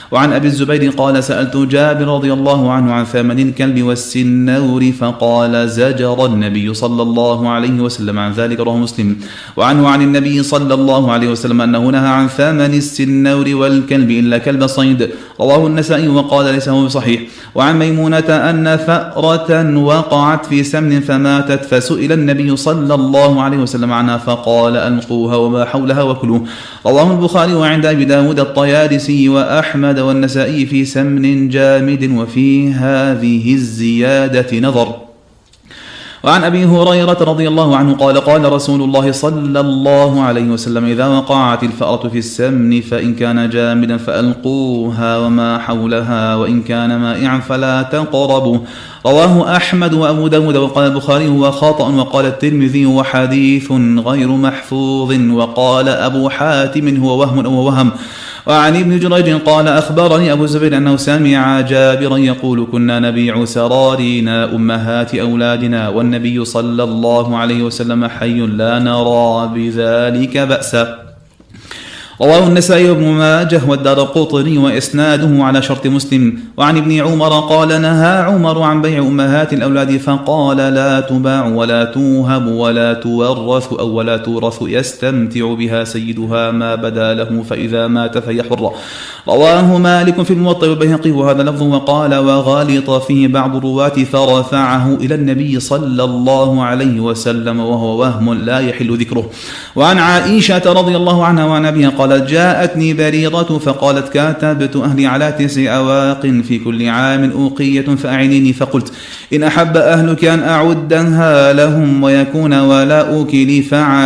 وعن أبي الزبير قال سألت جابر رضي الله عنه عن ثمن الكلب والسنور فقال زجر النبي صلى الله عليه وسلم عن ذلك، رواه مسلم. وعنه عن النبي صلى الله عليه وسلم أنه نهى عن ثمن السنور والكلب إلا كلب صيد، رواه النسائي وقال ليس هو صحيح. وعن ميمونة أن فأرة وقعت في سمن فماتت فسئل النبي صلى الله عليه وسلم عنها فقال ألقوها وما حولها وكلوه، رواه البخاري. وعند أبي داود الطيالسي وأحمد والنسائي في سمن جامد، وفي هذه الزيادة نظر. وعن أبي هريرة رضي الله عنه قال قال رسول الله صلى الله عليه وسلم إذا وقعت الفأرة في السمن فإن كان جامدا فألقوها وما حولها وإن كان مائعا فلا تقربوا، رواه أحمد وأبو داود. وقال البخاري هو خطأ، وقال الترمذي وحديث غير محفوظ، وقال أبو حاتم هو وهم أو وهم. وعن ابن جريج قال أخبرني أبو الزبير أنه سمع جابرا يقول كنا نبيع سرارينا أمهات أولادنا والنبي صلى الله عليه وسلم حي لا نرى بذلك بأسا، رواه النسائي وابن ماجه والدارقطني وإسناده على شرط مسلم. وعن ابن عمر قال نهى عمر عن بيع أمهات الأولاد فقال لا تباع ولا توهب ولا تورث أو ولا تورث يستمتع بها سيدها ما بدا له فإذا مات فهي حرة، رواه مالك في الموطأ والبيهقي وهذا لفظ. وقال وغالط فيه بعض الرواة فرفعه إلى النبي صلى الله عليه وسلم وهو وهم لا يحل ذكره. وعن عائشة رضي الله عنها وعن أبيها قالت جاءتني بريرة فقالت كاتبت أهلي على 9 أواق في كل عام أوقية فأعينيني، فقلت إن أحب أهلك أن أعدها لهم ويكون ولاؤك لي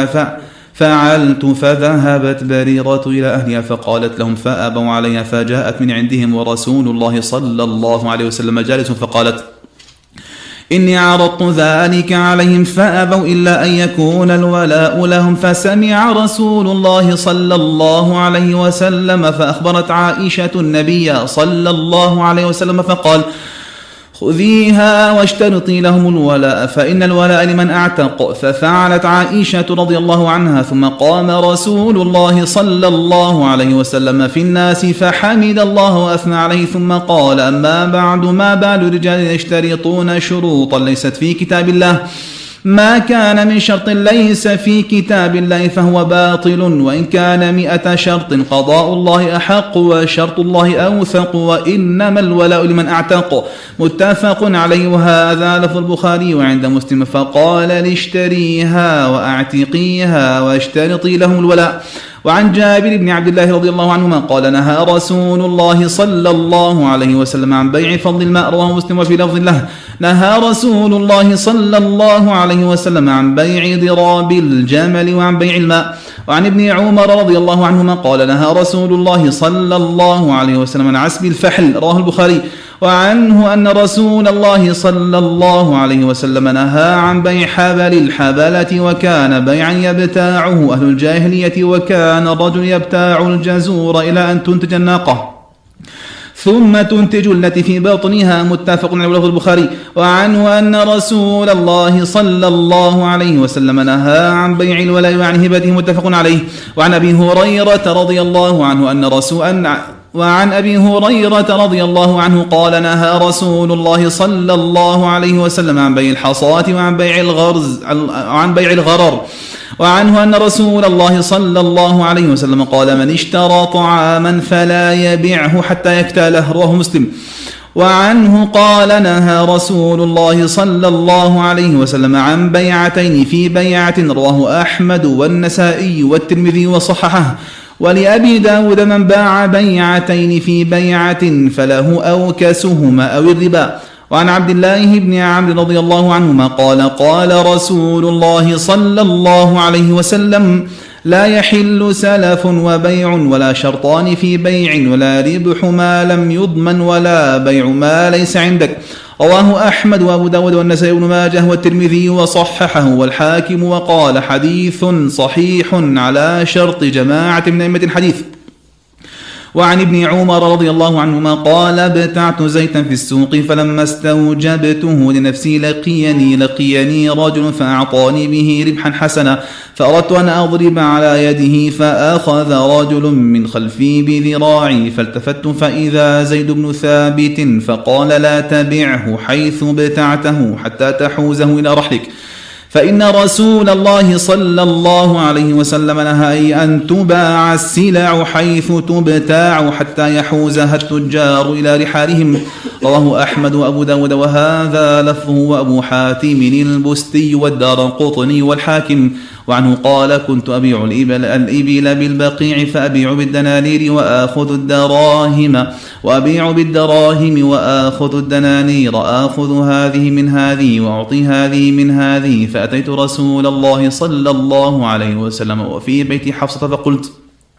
فعلت، فذهبت بريرة إلى أهلها فقالت لهم فأبوا عليها، فجاءت من عندهم ورسول الله صلى الله عليه وسلم جالس فقالت إني عرضت ذلك عليهم فأبوا إلا أن يكون الولاء لهم، فسمع رسول الله صلى الله عليه وسلم فأخبرت عائشة النبي صلى الله عليه وسلم فقال خذيها واشترطي لهم الولاء فإن الولاء لمن أعتق، ففعلت عائشة رضي الله عنها. ثم قام رسول الله صلى الله عليه وسلم في الناس فحمد الله وأثنى عليه ثم قال أما بعد ما بال رجال يشترطون شروطا ليست في كتاب الله، ما كان من شرط ليس في كتاب الله فهو باطل، وإن كان 100 شرط قضاء الله أحق وشرط الله أوثق، وإنما الولاء لمن أعتق، متفق عليه. وهذا لفظ البخاري وعند مسلم فقال لاشتريها وأعتقيها واشترطي لهم الولاء. وعن جابر بن عبد الله رضي الله عنهما قال نهى رسول الله صلى الله عليه وسلم عن بيع فضل الماء، رواه مسلم. وفي لفظ له نهى رسول الله صلى الله عليه وسلم عن بيع ضراب الجمل وعن بيع الماء. وعن ابن عمر رضي الله عنهما قال نهى رسول الله صلى الله عليه وسلم عن عسب الفحل، رواه البخاري. وعنه أن رسول الله صلى الله عليه وسلم نهى عن بيع حبل الحبلة، وكان بيعا يبتاعه أهل الجاهلية، وكان الرجل يبتاع الجزور إلى أن تنتج الناقة ثم تنتج التي في بطنها، متفق على لفظ البخاري. وعنه أن رسول الله صلى الله عليه وسلم نهى عن بيع الولاء وعن هبته، متفق عليه. وعن أبي هريرة رضي الله عنه وعن أبي هريرة رضي الله عنه قال نهى رسول الله صلى الله عليه وسلم عن بيع الحصاة وعن بيع الغرر. وعنه أن رسول الله صلى الله عليه وسلم قال من اشترى طعاما فلا يبيعه حتى يكتاله، رواه مسلم. وعنه قال نهى رسول الله صلى الله عليه وسلم عن بيعتين في بيعة، رواه أحمد والنسائي والترمذي وصححه. ولأبي داود من باع بيعتين في بيعة فله أوكسهما أو الربا. وعن عبد الله بن عمرو رضي الله عنهما قال قال رسول الله صلى الله عليه وسلم لا يحل سلف وبيع ولا شرطان في بيع ولا ربح ما لم يضمن ولا بيع ما ليس عندك، رواه أحمد وأبو داود والنسائي بن ماجه والترمذي وصححه والحاكم وقال حديث صحيح على شرط جماعة من أئمة الحديث. وعن ابن عمر رضي الله عنهما قال ابتعت زيتا في السوق فلما استوجبته لنفسي لقيني رجل فأعطاني به ربحا حسنا فأردت أن أضرب على يده فأخذ رجل من خلفي بذراعي فالتفت فإذا زيد بن ثابت فقال لا تبعه حيث ابتعته حتى تحوزه إلى رحلك فإن رسول الله صلى الله عليه وسلم نهى أن تباع السلع حيث تبتاع حتى يحوزها التجار إلى رحالهم. رواه أحمد وأبو داود وهذا لفظه وأبو حاتم البستي والدارقطني والحاكم. وعنه قال كنت أبيع الإبل بالبقيع فأبيع بالدنانير وآخذ الدراهم وآخذ الدنانير آخذ هذه من هذه وأعطي هذه من هذه فأتيت رسول الله صلى الله عليه وسلم وفي بيت حفصة فقلت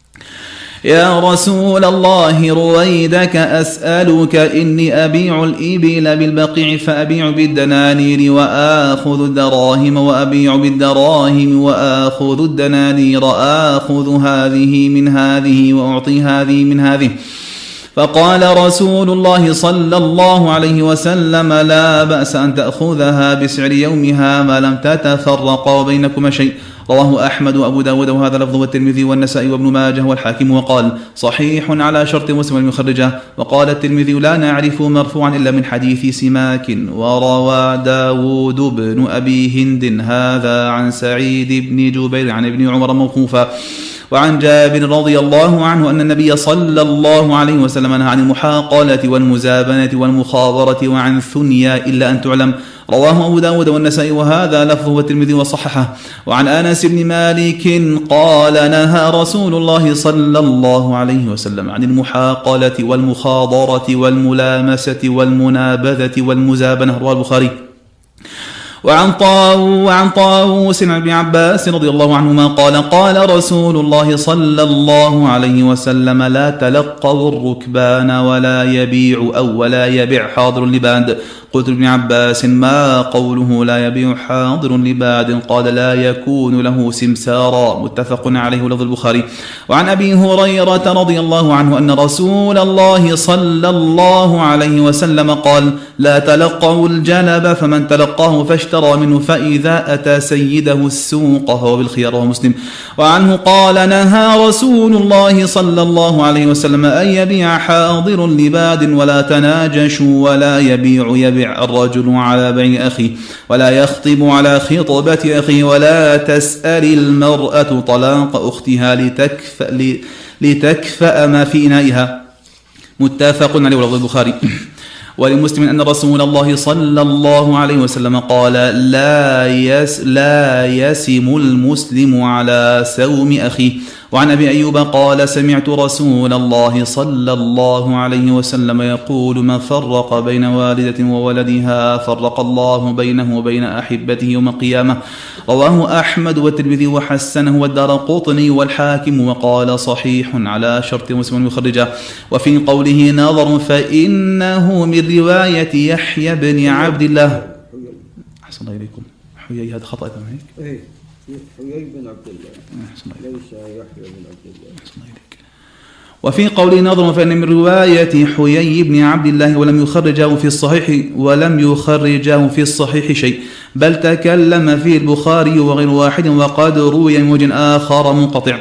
يا رسول الله رويدك أسألك إني أبيع الإبل بالبقيع فأبيع بالدنانير وآخذ الدراهم وأبيع بالدراهم وآخذ الدنانير آخذ هذه من هذه وأعطي هذه من هذه فقال رسول الله صلى الله عليه وسلم لا بأس أن تأخذها بسعر يومها ما لم تتفرقا وبينكما شيء. رواه أحمد وأبو داود وهذا لفظ والترمذي والنسائي وابن ماجه والحاكم وقال صحيح على شرط مسلم المخرجة. وقال الترمذي لا نعرف مرفوعا إلا من حديث سماك. وروى داود بن أبي هند هذا عن سعيد بن جبير عن ابن عمر موقوفا. وعن جابر رضي الله عنه أن النبي صلى الله عليه وسلم نهى عن المحاقلة والمزابنة والمخابرة وعن ثنيا إلا أن تعلم. رواه أبو داود والنسائي وهذا لفظه والترمذي وصححه. وعن أنس بن مالك قال نهى رسول الله صلى الله عليه وسلم عن المحاقلة والمخاضرة والملامسة والمنابذة والمزابنة. رواه البخاري. وعن طاووس عن ابن عباس رضي الله عنهما قال رسول الله صلى الله عليه وسلم لا تلقوا الركبان ولا يبيع حاضر لباد. قلت ابن عباس ما قوله لا يبيع حاضر لباد؟ قال لا يكون له سمسارا. متفق عليه لفظ البخاري. وعن أبي هريرة رضي الله عنه أن رسول الله صلى الله عليه وسلم قال لا تلقوا الجنب فمن تلقاه فاشترى منه فإذا أتى سيده السوق فهو بالخيار. رواه مسلم. وعنه قال نهى رسول الله صلى الله عليه وسلم أن يبيع حاضر لباد ولا تناجشوا ولا يبيع الرجل على بيع أخيه ولا يخطب على خطبة أخيه ولا تسأل المرأة طلاق أختها لتكفأ ما في إنائها. متفق عليه ولفظ البخاري. ولمسلم أن رسول الله صلى الله عليه وسلم قال لا يسم المسلم على سوم أخيه. وعن أبي أيوب قال سمعت رسول الله صلى الله عليه وسلم يقول من فرق بين والدة وولدها فرق الله بينه وبين أحبته يوم القيامة. رواه أحمد والترمذي وحسنه والدارقطني والحاكم وقال صحيح على شرط مسلم المخرجة. وفي قوله نظر فإنه من رواية يحيى بن عبد الله. أحسن الله إليكم. حيي هذا خطأ هيك. حيي بن عبد الله ليس يحيى بن عبد الله. وفي قول نظر فإن من رواية حيي بن عبد الله ولم يخرجه في الصحيح شيء بل تكلم فيه البخاري وغير واحد وقد روي من وجه آخر منقطع.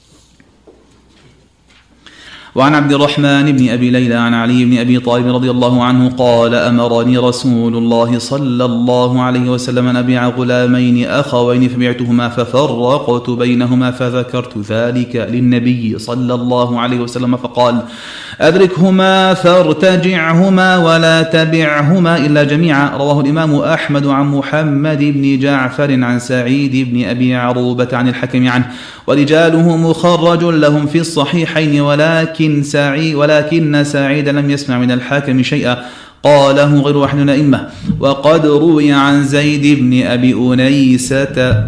وعن عبد الرحمن بن أبي ليلى عن علي بن أبي طالب رضي الله عنه قال أمرني رسول الله صلى الله عليه وسلم أن أبيع غلامين أخوين فبعتهما ففرقت بينهما فذكرت ذلك للنبي صلى الله عليه وسلم فقال أدركهما فارتجعهما ولا تبعهما إلا جميعا. رواه الإمام أحمد عن محمد بن جعفر عن سعيد بن أبي عروبة عن الحكم عنه ورجاله مخرج لهم في الصحيحين ولكن سعيد لم يسمع من الحاكم شيئا قاله غير واحد من الأئمة. وقد روي عن زيد بن أبي أنيسة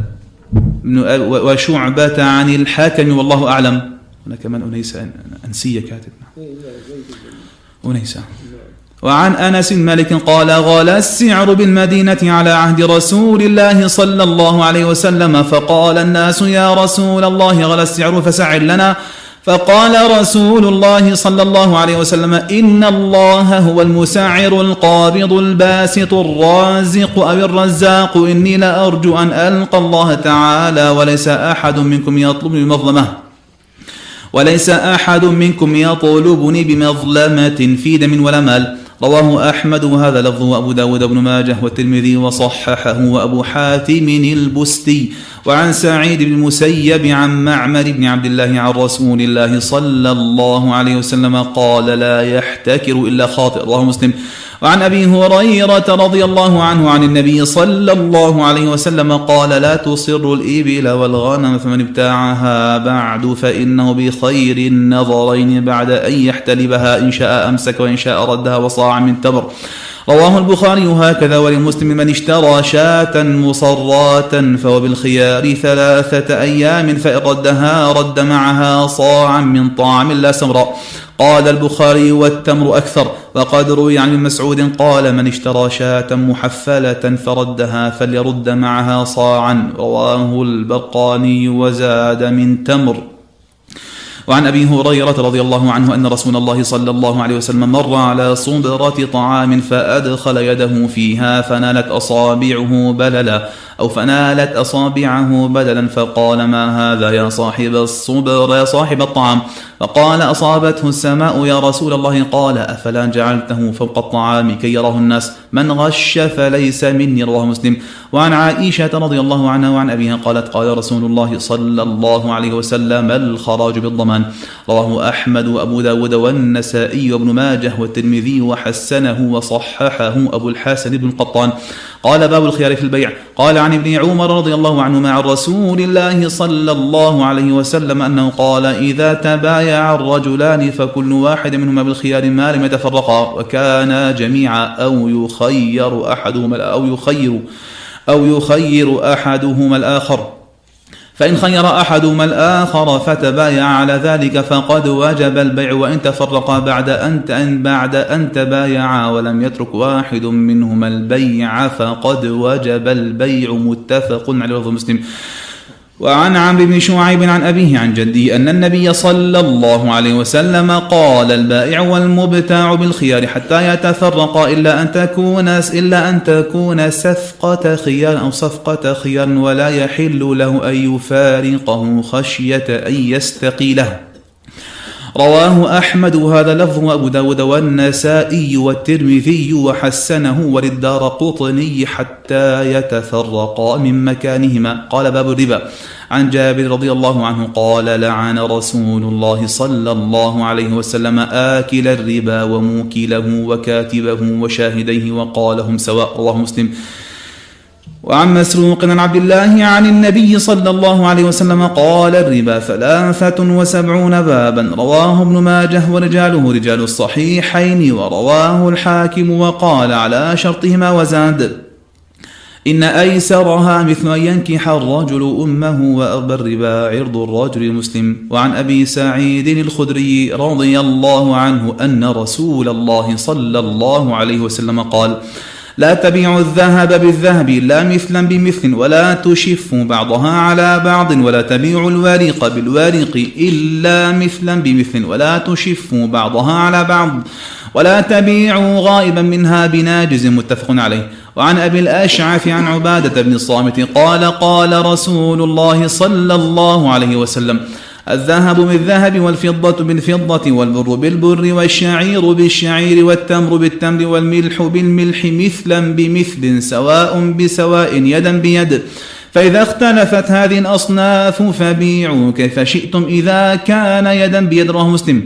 وشعبة عن الحاكم والله أعلم. هنا كمان أنيسة أنسية كاتب أنيسة. وعن أنس مالك قال غلا السعر بالمدينة على عهد رسول الله صلى الله عليه وسلم فقال الناس يا رسول الله غلا السعر فسعر لنا فقال رسول الله صلى الله عليه وسلم: إن الله هو المسعر القابض الباسط الرازق أو الرزاق، إني لأرجو أن ألقى الله تعالى وليس أحد منكم يطلبني بمظلمة في دم ولا مال. رواه أحمد وهذا لفظه، وأبو داود بن ماجه والترمذي وصححه وأبو حاتم البستي. وعن سعيد بن المسيب عن معمر بن عبد الله عن رسول الله صلى الله عليه وسلم قال: لا يحتكر إلا خاطئ. رواه مسلم. وعن أبي هريرة رضي الله عنه عن النبي صلى الله عليه وسلم قال: لا تصر الإبل والغنم، فمن ابتاعها بعد فإنه بخير النظرين بعد أن يحتلبها، إن شاء أمسك وإن شاء ردها وصاع من تمر. رواه البخاري هكذا. ولمسلم: من اشترى شاة مصراة فهو بالخيار 3 أيام، فإن ردها رد معها صاعا من طعام لا سمراء. قال البخاري: والتمر أكثر. وقد روي عن ابن مسعود قال: من اشترى شاة محفلة فردها فليرد معها صاعا. رواه البرقاني وزاد من تمر. وعن أبي هريرة رضي الله عنه أن رسول الله صلى الله عليه وسلم مر على صبرة طعام فأدخل يده فيها فنالت أصابعه بللا، فقال: ما هذا يا صاحب الصبر يا صاحب الطعام؟ فقال: أصابته السماء يا رسول الله. قال: أفلا جعلته فوق الطعام كي يراه الناس؟ من غش فليس مني. رواه مسلم. وعن عائشة رضي الله عنها وعن أبيها قالت: قال رسول الله صلى الله عليه وسلم: الخراج بالضمان. رواه أحمد وأبو داود والنسائي وابن ماجه والترمذي وحسنه وصححه أبو الحسن بن القطان. قال: باب الخيار في البيع. قال عن ابن عمر رضي الله عنهما عن رسول الله صلى الله عليه وسلم أنه قال: إذا تبايع الرجلان فكل واحد منهما بالخيار ما لم يتفرقا وكانا جميعا أو يخير أحدهما الآخر، فإن خير أحدهما الآخر فتبايع على ذلك فقد وجب البيع، وإن تفرقا بعد أن تبايعا ولم يترك واحد منهما البيع فقد وجب البيع. متفق عليه. لفظ مسلم. وعن عمرو بن شعيب عن أبيه عن جده أن النبي صلى الله عليه وسلم قال: البائع والمبتاع بالخيار حتى يتفرقا إلا أن تكون صفقة خيار ولا يحل له أن يفارقه خشية أن يستقيله. رواه أحمد وهذا لفظه، أبو داود والنسائي والترمذي وحسنه وللدارقطني حتى يتفرقا من مكانهما. قال: باب الربا. عن جابر رضي الله عنه قال: لعن رسول الله صلى الله عليه وسلم آكل الربا وموكله وكاتبه وشاهديه وقال: هم سواء. رواه مسلم. وعن مسروق عن عبد الله عن النبي صلى الله عليه وسلم قال: الربا 73 بابا. رواه ابن ماجه ورجاله رجال الصحيحين، ورواه الحاكم وقال على شرطهما وزاد: إن أيسرها مثل أن ينكح الرجل أمه، وأربى الربا عرض الرجل المسلم. وعن أبي سعيد الخدري رضي الله عنه أن رسول الله صلى الله عليه وسلم قال: لا تبيعوا الذهب بالذهب إلا مثلا بمثل، ولا تشفوا بعضها على بعض، ولا تبيعوا الورق بالورق إلا مثلا بمثل، ولا تشفوا بعضها على بعض، ولا تبيعوا غائبا منها بناجز. متفق عليه. وعن أبي الأشعث عن عبادة بن الصامت قال: قال رسول الله صلى الله عليه وسلم: الذهب بالذهب والفضة بالفضة والبر بالبر والشعير بالشعير والتمر بالتمر والملح بالملح مثلا بمثل سواء بسواء يدا بيد، فإذا اختلفت هذه الأصناف فبيعوا كيف شئتم إذا كان يدا بيد. رواه مسلم.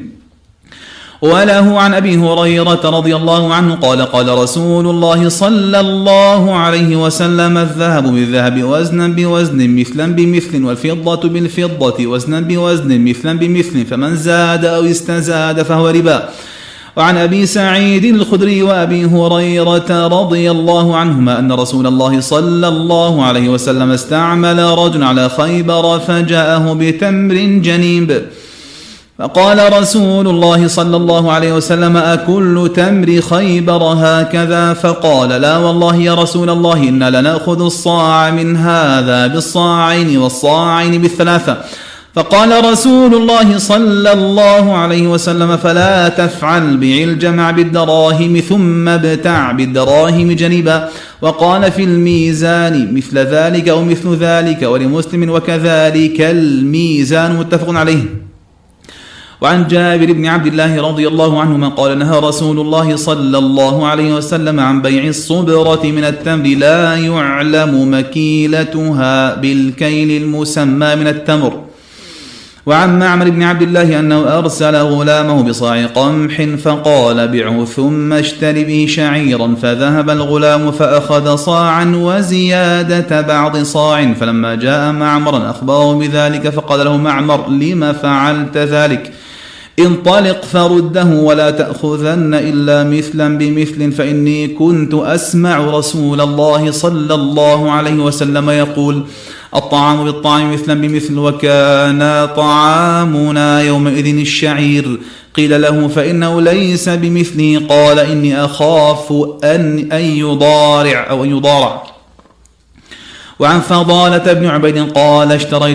وله عن أبي هريرة رضي الله عنه قال: قال رسول الله صلى الله عليه وسلم: الذهب بالذهب وزنا بوزن مثلا بمثل، والفضة بالفضة وزنا بوزن مثلا بمثل، فمن زاد أو استزاد فهو ربا. وعن أبي سعيد الخدري وأبي هريرة رضي الله عنهما أن رسول الله صلى الله عليه وسلم استعمل رجل على خيبر فجاءه بتمر جنيب، فقال رسول الله صلى الله عليه وسلم: أكل تمر خيبر هكذا؟ فقال: لا والله يا رسول الله، إنا لنأخذ الصاع من هذا بالصاعين والصاعين بالثلاثة. فقال رسول الله صلى الله عليه وسلم: فلا تفعل، بع الجمع بالدراهم ثم ابتع بالدراهم جنبا. وقال في الميزان مثل ذلك أو مثل ذلك، ولمسلم وكذلك الميزان، متفق عليه. وعن جابر بن عبد الله رضي الله عنهما قال: نهى رسول الله صلى الله عليه وسلم عن بيع الصبرة من التمر لا يعلم مكيلتها بالكيل المسمى من التمر. وعن معمر بن عبد الله أنه أرسل غلامه بصاع قمح فقال: بعه ثم اشتري به شعيرا، فذهب الغلام فأخذ صاعا وزيادة بعض صاع، فلما جاء معمرا أخبره بذلك، فقال له معمر: لم فعلت ذلك؟ انطلق فرده ولا تأخذن إلا مثلا بمثل، فإني كنت أسمع رسول الله صلى الله عليه وسلم يقول: الطعام بالطعام مثلا بمثل، وكان طعامنا يومئذ الشعير. قيل له: فإنه ليس بمثله. قال: إني أخاف أن يضارع أو أن يضارع. وعن فضالة بن عبيد قال: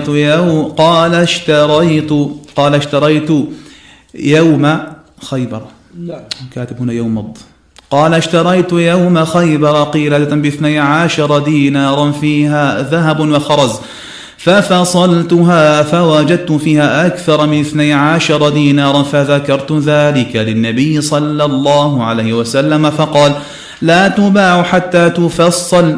اشتريت يوم خيبر. لا، كاتب هنا يوم مض. قال: اشتريت يوم خيبر قيلة ب12 دينارا فيها ذهب وخرز، ففصلتها فوجدت فيها أكثر من 12 دينارا، فذكرت ذلك للنبي صلى الله عليه وسلم، فقال: لا تباع حتى تفصل.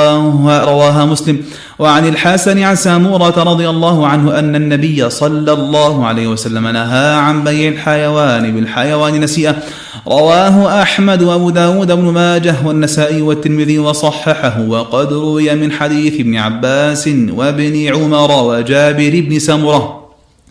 رواها مسلم. وعن الحسن عن سامورة رضي الله عنه أن النبي صلى الله عليه وسلم نهى عن بيع الحيوان بالحيوان نسيئة. رواه أحمد وأبو داود بن ماجه والنسائي والترمذي وصححه، وقد روي من حديث ابن عباس وابن عمر وجابر بن سمرة.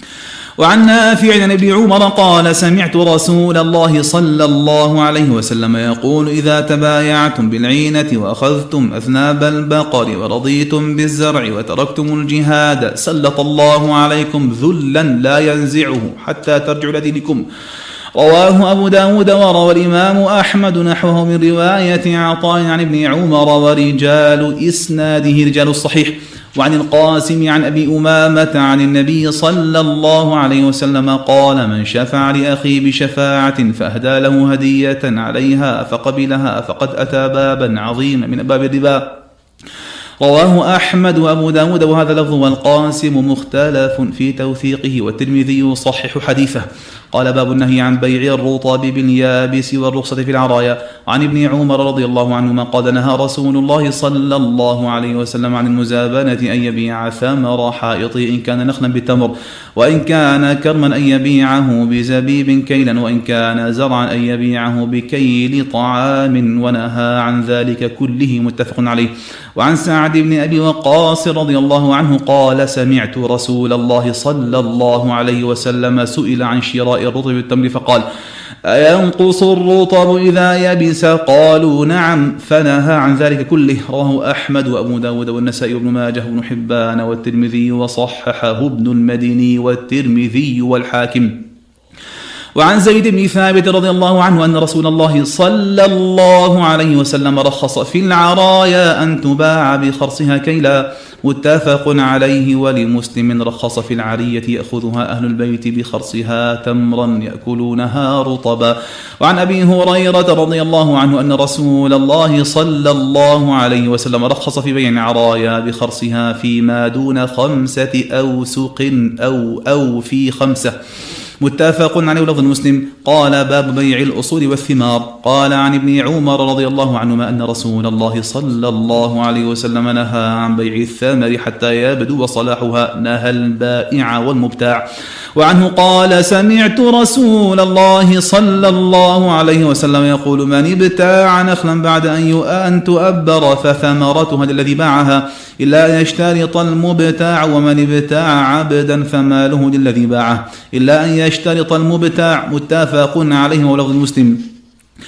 وعن نافع عن ابن عمر قال: سمعت رسول الله صلى الله عليه وسلم يقول: إذا تبايعتم بالعينة وأخذتم أذناب البقر ورضيتم بالزرع وتركتم الجهاد سلط الله عليكم ذلا لا ينزعه حتى ترجعوا إلى دينكم. رواه أبو داود. وروى الإمام أحمد نحوه من رواية عطاء عن ابن عمر، ورجال إسناده رجال الصحيح. وعن القاسم عن أبي أمامة عن النبي صلى الله عليه وسلم قال: من شفع لأخيه بشفاعة فأهدى له هدية عليها فقبلها فقد أتى بابا عظيما من أبواب الربا. رواه أحمد وأبو داود وهذا لفظ. والقاسم مختلف في توثيقه، والترمذي يصحح حديثه. قال: باب النهي عن بيع الرطب باليابس والرخصة في العرايا. عن ابن عمر رضي الله عنهما قال: نهى رسول الله صلى الله عليه وسلم عن المزابنة أن يبيع ثمر حائطه إن كان نخلا بالتمر، وإن كان كرما أن يبيعه بزبيب كيلا، وإن كان زرعا أن يبيعه بكيل طعام، ونهى عن ذلك كله، متفق عليه. وعن سعد بن أبي وقاص رضي الله عنه قال: سمعت رسول الله صلى الله عليه وسلم سئل عن شراء الرطب بالتمر فقال: أينقص الرطب إذا يبس؟ قالوا: نعم، فنهى عن ذلك كله. رواه أحمد وأبو داود والنسائي وابن ماجه وابن حبان والترمذي وصححه ابن المديني والترمذي والحاكم. وعن زيد بن ثابت رضي الله عنه أن رسول الله صلى الله عليه وسلم رخص في العرايا أن تباع بخرصها كيلا، متفق عليه. ولمسلم رخص في العرية يأخذها أهل البيت بخرصها تمرا يأكلونها رطبا. وعن أبي هريرة رضي الله عنه أن رسول الله صلى الله عليه وسلم رخص في بيع العرايا بخرصها فيما دون 5 أوسق أو في 5، متفق عليه. لفظ مسلم. قال: باب بيع الأصول والثمار. قال عن ابن عمر رضي الله عنهما أن رسول الله صلى الله عليه وسلم نهى عن بيع الثمر حتى يبدو صلاحها، نهى البائع والمبتاع. وعنه قال: سمعت رسول الله صلى الله عليه وسلم يقول: من ابتاع نخلا بعد أن تؤبر فثمرتها للذي باعها إلا أن يشترط المبتاع، ومن ابتاع عبدا فماله للذي باعه إلا أن يشترط المبتاع، متفق عليه ولفظ مسلم.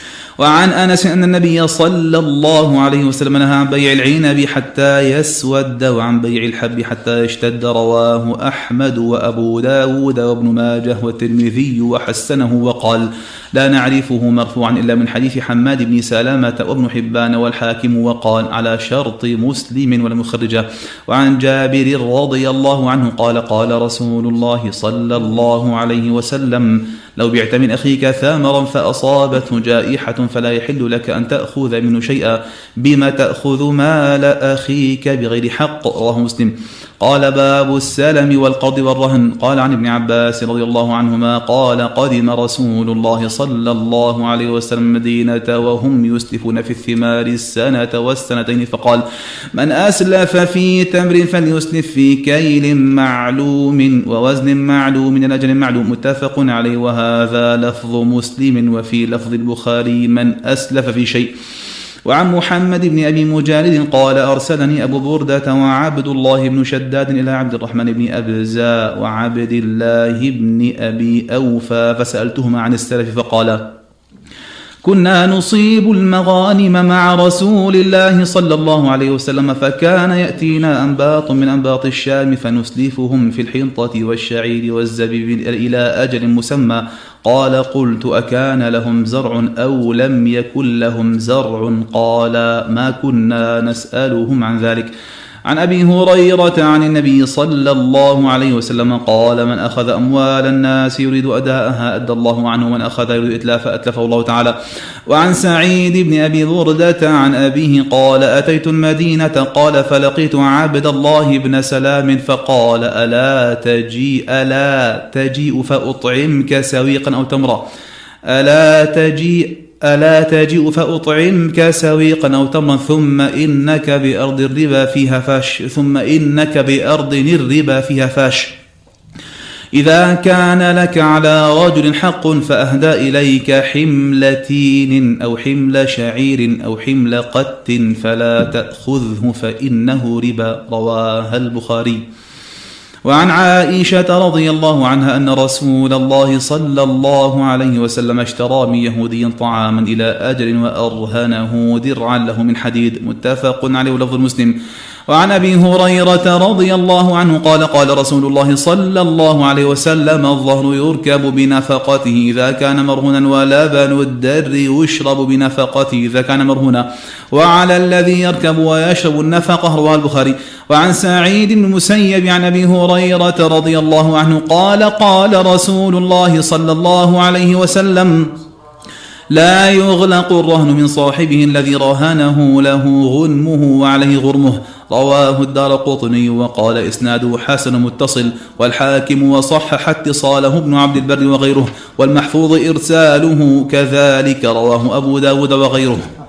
وعن أنس أن النبي صلى الله عليه وسلم نهى عن بيع العنب حتى يسود وعن بيع الحب حتى يشتد. رواه أحمد وأبو داود وابن ماجه والترمذي وحسنه وقال لا نعرفه مرفوعا إلا من حديث حماد بن سلامة وابن حبان والحاكم وقال على شرط مسلم ولم يخرجه. وعن جابر رضي الله عنه قال قال رسول الله صلى الله عليه وسلم لو بعت من أخيك ثامرا فأصابته جائحة فلا يحل لك أن تأخذ منه شيئا بما تأخذ مال أخيك بغير حق. رواه مسلم. قال باب السلم والقرض والرهن. قال عن ابن عباس رضي الله عنهما قال قدم رسول الله صلى الله عليه وسلم مدينة وهم يسلفون في الثمار السنة والسنتين فقال من أسلف في تمر فليسلف في كيل معلوم ووزن معلوم من أجل معلوم. متفق عليه وهذا لفظ مسلم وفي لفظ البخاري من أسلف في شيء. وعن محمد بن أبي مجالد قال أرسلني أبو بردة وعبد الله بن شداد إلى عبد الرحمن بن أبزاء وعبد الله بن أبي أوفى فسألتهما عن السلف فقال كنا نصيب المغانم مع رسول الله صلى الله عليه وسلم فكان يأتينا أنباط من أنباط الشام فنسلفهم في الحنطة والشعير والزبيب إلى أجل مسمى. قال قلت أكان لهم زرع أو لم يكن لهم زرع؟ قال ما كنا نسألهم عن ذلك. عن أبي هريرة عن النبي صلى الله عليه وسلم قال من أخذ أموال الناس يريد أداءها أدى الله عنه ومن أخذ يريد إتلافها أتلفه الله تعالى. وعن سعيد بن أبي بردة عن أبيه قال أتيت المدينة قال فلقيت عبد الله بن سلام فقال ألا تجيء فأطعمك سويقا أو تمرا ألا تجيء فأطعمك سويقا أو تمرا ثم إنك بأرض الربا فيها فاش إذا كان لك على رجل حق فأهدى إليك حمل تين أو حمل شعير أو حمل قت فلا تأخذه فإنه ربا. رواه البخاري. وعن عائشة رضي الله عنها أن رسول الله صلى الله عليه وسلم اشترى من يهودي طعاما إلى أجل وأرهنه درعا له من حديد. متفق عليه لفظ مسلم. وعن أبي هريرة رضي الله عنه قال قال رسول الله صلى الله عليه وسلم الظهر يركب بنفقته إذا كان مرهونا ولبن الدر يشرب بنفقته إذا كان مرهونا وعلى الذي يركب ويشرب النفقة. رواه البخاري. وعن سعيد بن المسيب عن أبي هريرة رضي الله عنه قال قال رسول الله صلى الله عليه وسلم لا يغلق الرهن من صاحبه الذي رهنه له غنمه وعليه غرمه. رواه الدارقطني وقال إسناده حسن متصل والحاكم وصحح اتصاله ابن عبد البر وغيره والمحفوظ إرساله كذلك. رواه أبو داود وغيره.